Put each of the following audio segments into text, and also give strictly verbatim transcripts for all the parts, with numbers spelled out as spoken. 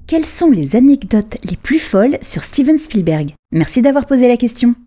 Quelles sont les anecdotes les plus folles sur Steven Spielberg? Merci d'avoir posé la question.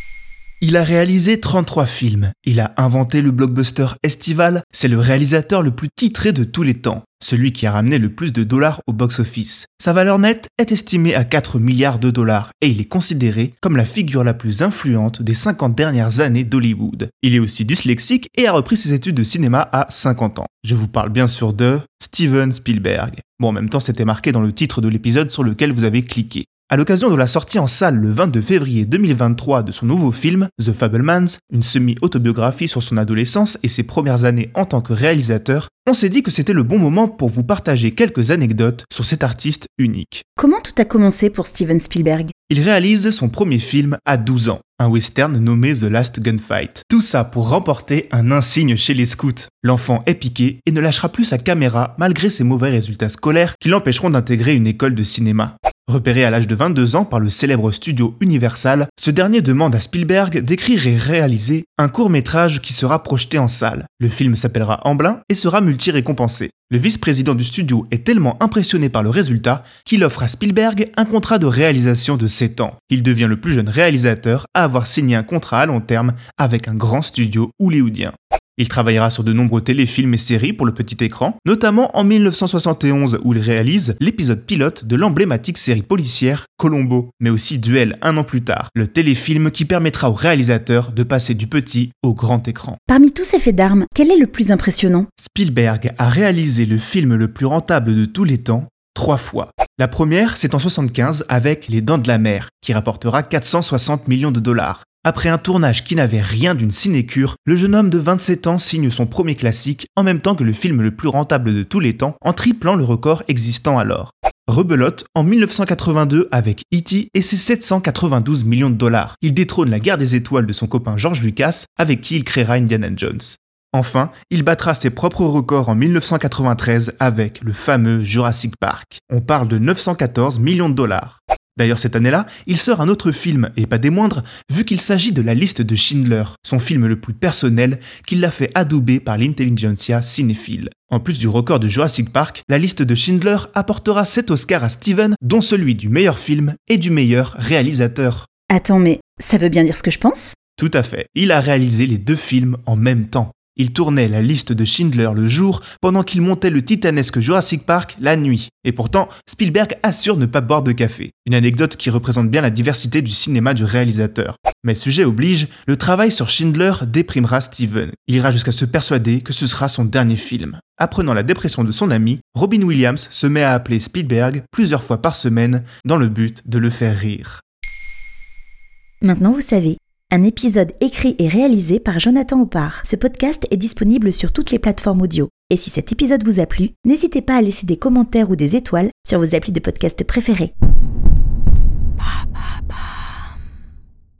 Il a réalisé trente-trois films, il a inventé le blockbuster estival, c'est le réalisateur le plus titré de tous les temps, celui qui a ramené le plus de dollars au box-office. Sa valeur nette est estimée à quatre milliards de dollars et il est considéré comme la figure la plus influente des cinquante dernières années d'Hollywood. Il est aussi dyslexique et a repris ses études de cinéma à cinquante ans. Je vous parle bien sûr de Steven Spielberg. Bon, en même temps, c'était marqué dans le titre de l'épisode sur lequel vous avez cliqué. À l'occasion de la sortie en salle le vingt-deux février deux mille vingt-trois de son nouveau film, The Fabelmans, une semi-autobiographie sur son adolescence et ses premières années en tant que réalisateur, on s'est dit que c'était le bon moment pour vous partager quelques anecdotes sur cet artiste unique. Comment tout a commencé pour Steven Spielberg? Il réalise son premier film à douze ans, un western nommé The Last Gunfight. Tout ça pour remporter un insigne chez les scouts. L'enfant est piqué et ne lâchera plus sa caméra malgré ses mauvais résultats scolaires qui l'empêcheront d'intégrer une école de cinéma. Repéré à l'âge de vingt-deux ans par le célèbre studio Universal, ce dernier demande à Spielberg d'écrire et réaliser un court-métrage qui sera projeté en salle. Le film s'appellera Amblin et sera multi-récompensé. Le vice-président du studio est tellement impressionné par le résultat qu'il offre à Spielberg un contrat de réalisation de sept ans. Il devient le plus jeune réalisateur à avoir signé un contrat à long terme avec un grand studio hollywoodien. Il travaillera sur de nombreux téléfilms et séries pour le petit écran, notamment en mille neuf cent soixante et onze où il réalise l'épisode pilote de l'emblématique série policière Columbo, mais aussi Duel un an plus tard, le téléfilm qui permettra au réalisateur de passer du petit au grand écran. Parmi tous ces faits d'armes, quel est le plus impressionnant? Spielberg a réalisé le film le plus rentable de tous les temps, trois fois. La première, c'est en soixante-quinze avec Les Dents de la Mer, qui rapportera quatre cent soixante millions de dollars. Après un tournage qui n'avait rien d'une sinécure, le jeune homme de vingt-sept ans signe son premier classique en même temps que le film le plus rentable de tous les temps en triplant le record existant alors. Rebelote en mille neuf cent quatre-vingt-deux avec E T et ses sept cent quatre-vingt-douze millions de dollars. Il détrône la guerre des étoiles de son copain George Lucas avec qui il créera Indiana Jones. Enfin, il battra ses propres records en mille neuf cent quatre-vingt-treize avec le fameux Jurassic Park. On parle de neuf cent quatorze millions de dollars. D'ailleurs, cette année-là, il sort un autre film, et pas des moindres, vu qu'il s'agit de La Liste de Schindler, son film le plus personnel, qu'il l'a fait adouber par l'intelligentsia cinéphile. En plus du record de Jurassic Park, La Liste de Schindler apportera sept Oscars à Steven, dont celui du meilleur film et du meilleur réalisateur. Attends, mais ça veut bien dire ce que je pense? Tout à fait, il a réalisé les deux films en même temps. Il tournait La Liste de Schindler le jour, pendant qu'il montait le titanesque Jurassic Park la nuit. Et pourtant, Spielberg assure ne pas boire de café. Une anecdote qui représente bien la diversité du cinéma du réalisateur. Mais sujet oblige, le travail sur Schindler déprimera Steven. Il ira jusqu'à se persuader que ce sera son dernier film. Apprenant la dépression de son ami, Robin Williams se met à appeler Spielberg plusieurs fois par semaine dans le but de le faire rire. Maintenant vous savez. Un épisode écrit et réalisé par Jonathan Oppard. Ce podcast est disponible sur toutes les plateformes audio. Et si cet épisode vous a plu, n'hésitez pas à laisser des commentaires ou des étoiles sur vos applis de podcast préférés. Ba, ba, ba.